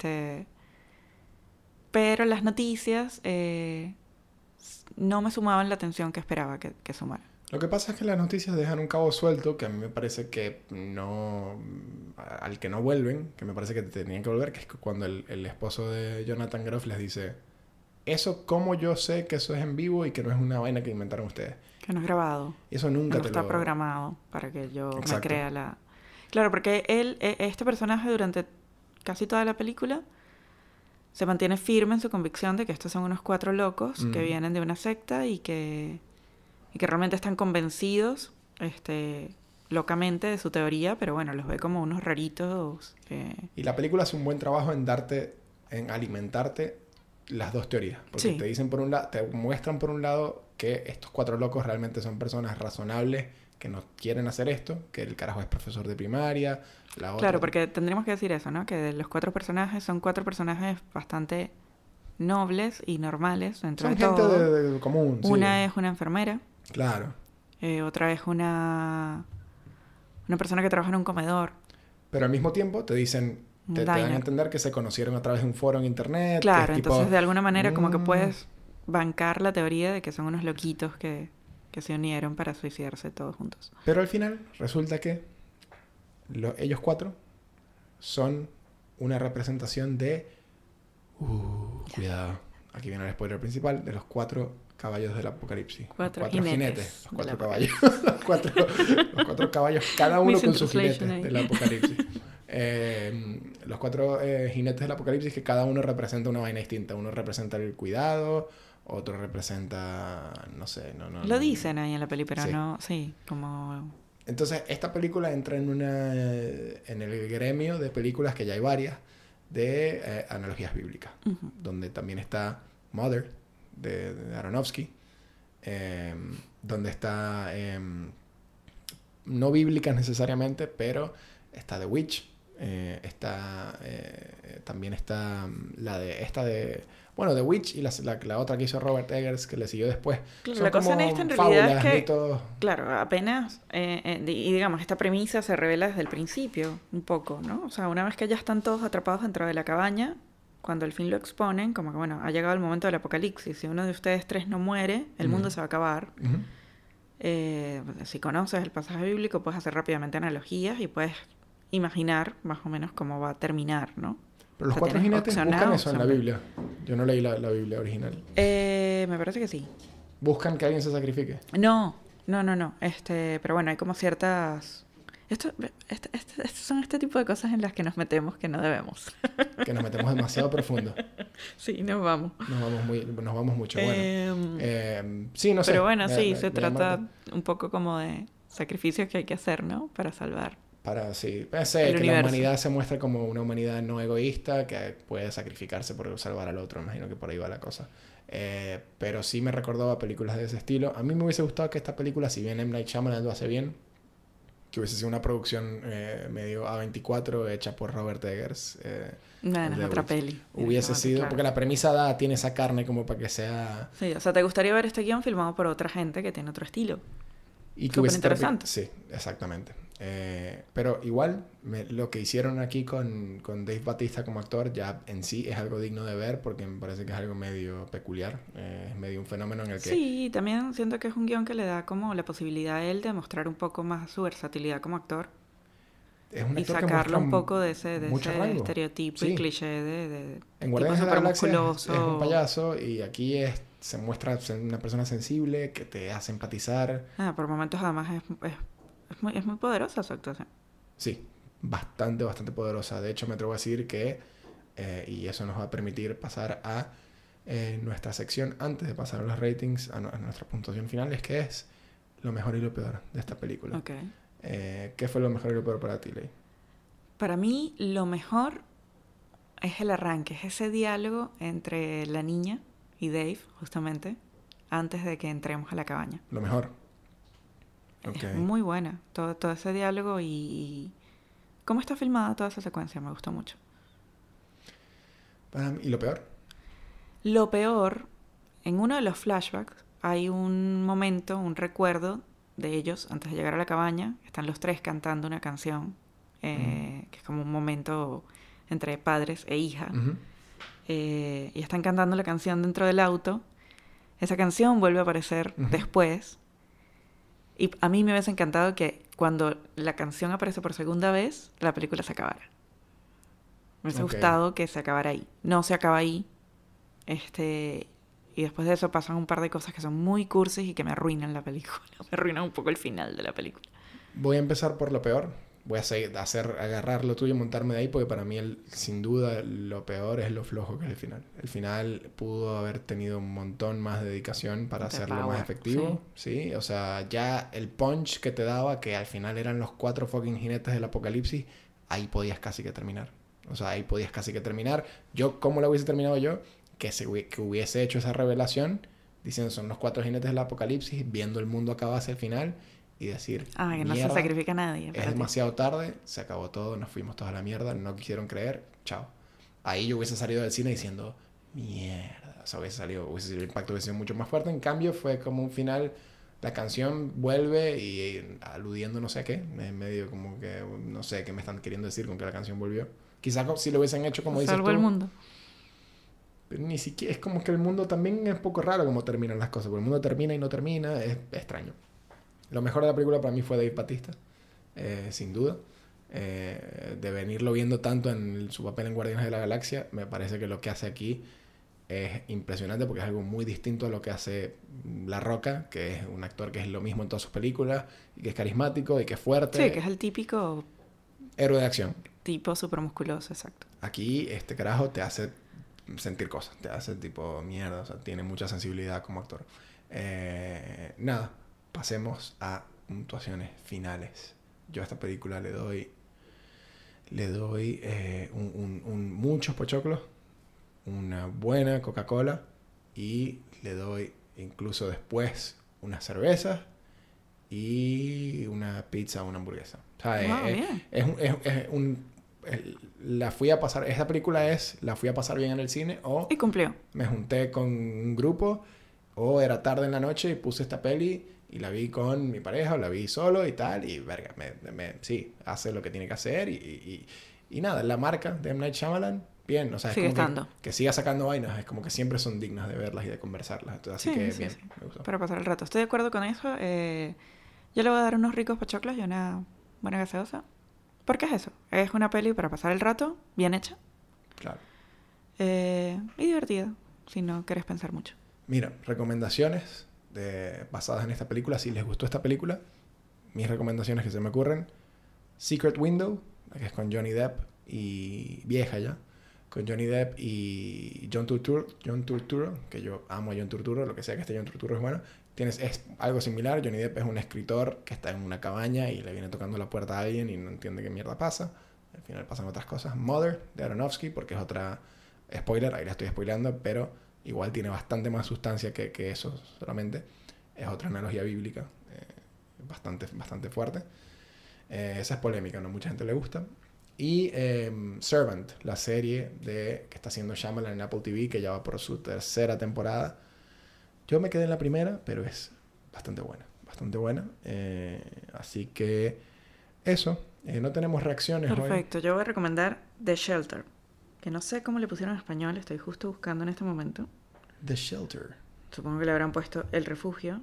Pero las noticias no me sumaban la atención que esperaba que sumara. Lo que pasa es que las noticias dejan un cabo suelto que a mí me parece que no... Al que no vuelven, que me parece que tenían que volver, que es cuando el esposo de Jonathan Groff les dice: eso, ¿cómo yo sé que eso es en vivo y que no es una vaina que inventaron ustedes? Que no es grabado. Y eso Que nunca no te está lo... programado para que yo me Exacto. crea la... Claro, porque este personaje durante casi toda la película se mantiene firme en su convicción de que estos son unos 4 locos que vienen de una secta y que realmente están convencidos locamente de su teoría, pero bueno, los ve como unos raritos. Y la película hace un buen trabajo en en alimentarte las dos teorías. Porque Sí. te dicen por un lado, te muestran por un lado que estos 4 locos realmente son personas razonables que no quieren hacer esto, que el carajo es profesor de primaria, la otra... Claro, porque tendríamos que decir eso, ¿no? Que de los 4 personajes son 4 personajes bastante nobles y normales dentro son de gente todo. de común, sí. Una es una enfermera, Claro. otra es una persona que trabaja en un comedor, Pero al mismo tiempo te dicen, un te dan a diner. entender que se conocieron a través de un foro en internet. Que Claro, es tipo, entonces de alguna manera como que mm. puedes bancar la teoría de que son unos loquitos que se unieron para suicidarse todos juntos. Pero al final resulta que ellos 4 son una representación de... cuidado. Aquí viene el spoiler principal. De los 4 caballos del apocalipsis. 4 Los 4 jinetes Los 4 del caballos. los 4 caballos, cada uno con su jinete Translation ahí. del apocalipsis. Los 4 jinetes del apocalipsis, que cada uno representa una vaina distinta. Uno representa el cuidado, otro representa... no sé, Lo dicen ahí en la peli, pero Sí. no, sí, como... Entonces, esta película entra en el gremio de películas, que ya hay varias, de analogías bíblicas. Ujú. Donde también está Mother, de Aronofsky. Donde está... no bíblicas necesariamente, pero está The Witch. También está la de... Esta de... Bueno, The Witch y la otra que hizo Robert Eggers, que le siguió después. Claro, Son la cosa en como esta en realidad fábulas, es que, mitos... claro, apenas, y digamos, esta premisa se revela desde el principio, un poco, ¿no? O sea, una vez que ya están todos atrapados dentro de la cabaña, cuando al fin lo exponen, como que, bueno, ha llegado el momento del apocalipsis. Si uno de ustedes 3 no muere, el mundo se va a acabar. Ujú. Si conoces el pasaje bíblico, puedes hacer rápidamente analogías y puedes imaginar más o menos cómo va a terminar, ¿no? Pero los O sea, 4 tienes jinetes opción A, buscan eso en la opción B. Biblia. Yo no leí la Biblia original. Me parece que sí. Buscan que alguien se sacrifique. No. Pero bueno, hay como ciertas... Estos son este tipo de cosas en las que nos metemos que no debemos. Que nos metemos demasiado profundo. Sí, nos vamos. Nos vamos mucho. Bueno. Sí, no sé. Pero bueno, sí, Me se trata llama un poco como de sacrificios que hay que hacer, ¿no? Para salvar. sí. El Que la universo. humanidad se muestra como una humanidad no egoísta que puede sacrificarse por salvar al otro. Imagino que por ahí va la cosa. Pero sí me recordó a películas de ese estilo. A mí me hubiese gustado que esta película, si bien M. Night Shyamalan lo hace bien, que hubiese sido una producción medio A24 hecha por Robert Eggers. Bueno, el es de otra Witch. peli. Hubiese sido, Claro. porque la premisa tiene esa carne como para que sea... Sí, o sea, ¿te gustaría ver este guión filmado por otra gente que tiene otro estilo? Y que Súper hubiese interesante. Sí, exactamente. Pero igual, lo que hicieron aquí con Dave Bautista como actor ya en sí es algo digno de ver, porque me parece que es algo medio peculiar. Es medio un fenómeno en el que... Sí, también siento que es un guión que le da como la posibilidad a él de mostrar un poco más su versatilidad como actor. Es un Y actor que sacarlo muestra un poco de ese mucho rango. estereotipo Sí. y cliché de En tipo Guardianes de la Galaxia es un supermusculoso. payaso, y aquí se muestra una persona sensible que te hace empatizar. Por momentos además es muy poderosa su actuación. Sí, bastante poderosa. De hecho, me atrevo a decir que, y eso nos va a permitir pasar a nuestra sección antes de pasar a los ratings, a nuestra puntuación final, es que es lo mejor y lo peor de esta película. Ok. ¿Qué fue lo mejor y lo peor para ti, Ley? Para mí lo mejor es el arranque, es ese diálogo entre la niña y Dave, justamente, antes de que entremos a la cabaña. Lo mejor. Ok. Es muy buena, todo ese diálogo y cómo está filmada toda esa secuencia, me gustó mucho. ¿Y lo peor? Lo peor, en uno de los flashbacks hay un momento, un recuerdo de ellos antes de llegar a la cabaña. Están los 3 cantando una canción, que es como un momento entre padres e hija. Ujú. Y están cantando la canción dentro del auto. Esa canción vuelve a aparecer Ujú. después. Y a mí me hubiese encantado que cuando la canción aparece por segunda vez, la película se acabara. Me hubiese Ok. gustado que se acabara ahí. No se acaba ahí. Y después de eso pasan un par de cosas que son muy cursis y que me arruinan la película. Me arruinan un poco el final de la película. Voy a empezar por lo peor. Voy a agarrar lo tuyo y montarme de ahí porque para mí, sin duda, lo peor es lo flojo que es el final. El final pudo haber tenido un montón más de dedicación para De hacerlo más power, efectivo. Sí. O sea, ya el punch que te daba, que al final eran los 4 fucking jinetes del apocalipsis, ahí podías casi que terminar. O sea, ahí podías casi que terminar. Yo, ¿cómo lo hubiese terminado yo? Que hubiese hecho esa revelación diciendo son los 4 jinetes del apocalipsis, viendo el mundo acabarse al final y decir, Ah, que no se mierda, sacrifica nadie. es Para ti. demasiado tarde, se acabó todo, nos fuimos todos a la mierda, no quisieron creer, chao. Ahí yo hubiese salido del cine diciendo, mierda. O sea, el impacto hubiese sido mucho más fuerte. En cambio, fue como un final, la canción vuelve y aludiendo no sé a qué, es medio como que, no sé qué me están queriendo decir con que la canción volvió. Quizás si lo hubiesen hecho como dices Salvo el tú, mundo. pero ni siquiera, es como que el mundo también es un poco raro como terminan las cosas, porque el mundo termina y no termina, es extraño. Lo mejor de la película para mí fue Dave Bautista, sin duda. De venirlo viendo tanto en su papel en Guardianes de la Galaxia, me parece que lo que hace aquí es impresionante porque es algo muy distinto a lo que hace La Roca, que es un actor que es lo mismo en todas sus películas, y que es carismático y que es fuerte. Sí, que es el típico Héroe de acción. tipo súper musculoso, exacto. Aquí este carajo te hace sentir cosas, te hace tipo mierda, o sea, tiene mucha sensibilidad como actor. Nada, pasemos a puntuaciones finales. Yo a esta película le doy muchos pochoclos, una buena Coca-Cola y le doy incluso después unas cervezas y una pizza o una hamburguesa. O sea, Bien. la fui a pasar, esta película la fui a pasar bien en el cine o Y cumplió. me junté con un grupo o era tarde en la noche y puse esta peli y la vi con mi pareja o la vi solo y tal y verga, sí, hace lo que tiene que hacer y nada, la marca de M. Night Shyamalan, bien, o sea, es Sigue como estando. que siga sacando vainas, es como que siempre son dignas de verlas y de conversarlas, entonces, así que Sí, bien, sí. me gustó. Para pasar el rato. Estoy de acuerdo con eso. Yo le voy a dar unos ricos pochoclos y una buena gaseosa. ¿Por qué es eso? Es una peli para pasar el rato, bien hecha. Claro. Y divertida, si no querés pensar mucho. Mira, recomendaciones basadas en esta película. Si les gustó esta película, mis recomendaciones que se me ocurren: Secret Window, la que es con Johnny Depp y vieja ya, con Johnny Depp y John Turturro, que yo amo a John Turturro, lo que sea que esté John Turturro es bueno. Es algo similar. Johnny Depp es un escritor que está en una cabaña y le viene tocando la puerta a alguien y no entiende qué mierda pasa. Al final pasan otras cosas. Mother, de Aronofsky, porque es otra... Spoiler, ahí la estoy spoileando, pero igual tiene bastante más sustancia que eso solamente. Es otra analogía bíblica, bastante fuerte. Esa es polémica, no mucha gente le gusta. Y Servant, la serie que está haciendo Shyamalan en Apple TV, que ya va por su 3ª temporada. Yo me quedé en la primera, pero es bastante buena. Así que eso, no tenemos reacciones hoy. Perfecto. Yo voy a recomendar The Shelter, que no sé cómo le pusieron en español, estoy justo buscando en este momento. The Shelter. Supongo que le habrán puesto El Refugio.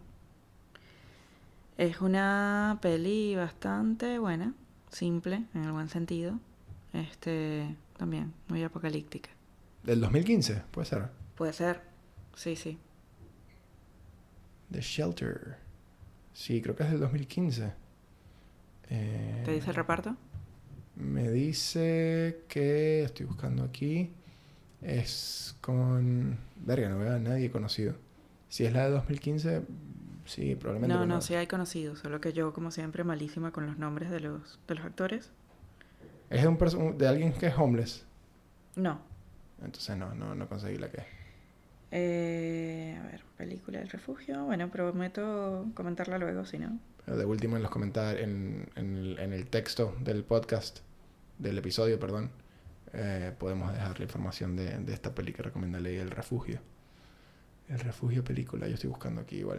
Es una peli bastante buena, simple, en el buen sentido. También, muy apocalíptica. Del 2015, puede ser. Puede ser, sí. The Shelter. Sí, creo que es del 2015. ¿Te dice el reparto? Me dice que... Estoy buscando aquí. Es con... Verga, no veo a nadie conocido. Si es la de 2015, sí, probablemente. No, sí hay conocidos, solo que yo, como siempre, malísima con los nombres de los actores. Es de alguien que es homeless. No. Entonces no conseguí la que es. A ver, película del refugio. Bueno, prometo comentarla luego, si no. Pero de último en los comentarios, en el texto del podcast, del episodio, perdón, podemos dejar la información de esta peli que recomienda Ley, El Refugio. El Refugio película, yo estoy buscando aquí igual.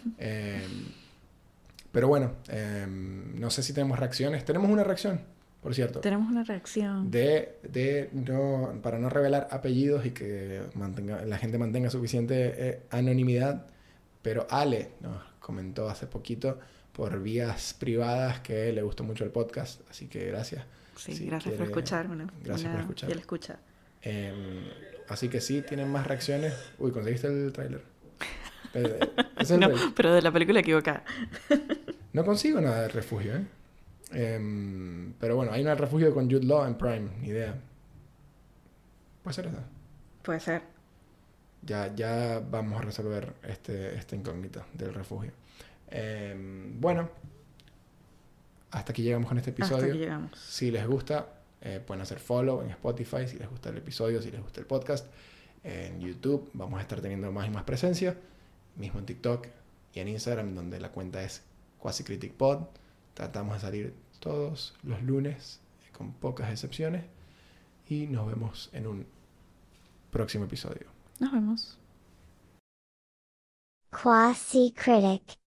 Pero bueno, no sé si tenemos reacciones. Tenemos una reacción, por cierto. Tenemos una reacción. Para no revelar apellidos y que la gente mantenga suficiente anonimidad, pero Ale nos comentó hace poquito por vías privadas que le gustó mucho el podcast, así que gracias. Sí, Si gracias por quiere- escuchar. Gracias por escuchar. Fiel escucha. Así que sí, tienen más reacciones. Uy, ¿conseguiste el tráiler? Ese es el No, tráiler. pero de la película equivocada. No consigo nada de refugio, ¿eh? Pero bueno, hay un refugio con Jude Law en Prime, ni idea. Puede ser eso. Puede ser. Ya vamos a resolver esta incógnita del refugio. Bueno, hasta aquí llegamos con este Hasta episodio. aquí llegamos. Si les gusta, pueden hacer follow en Spotify, si les gusta el episodio, si les gusta el podcast. En YouTube vamos a estar teniendo más y más presencia. Mismo en TikTok y en Instagram, donde la cuenta es QuasiCriticPod. Tratamos de salir todos los lunes, con pocas excepciones. Y nos vemos en un próximo episodio. Nos vemos. Quasi Critic.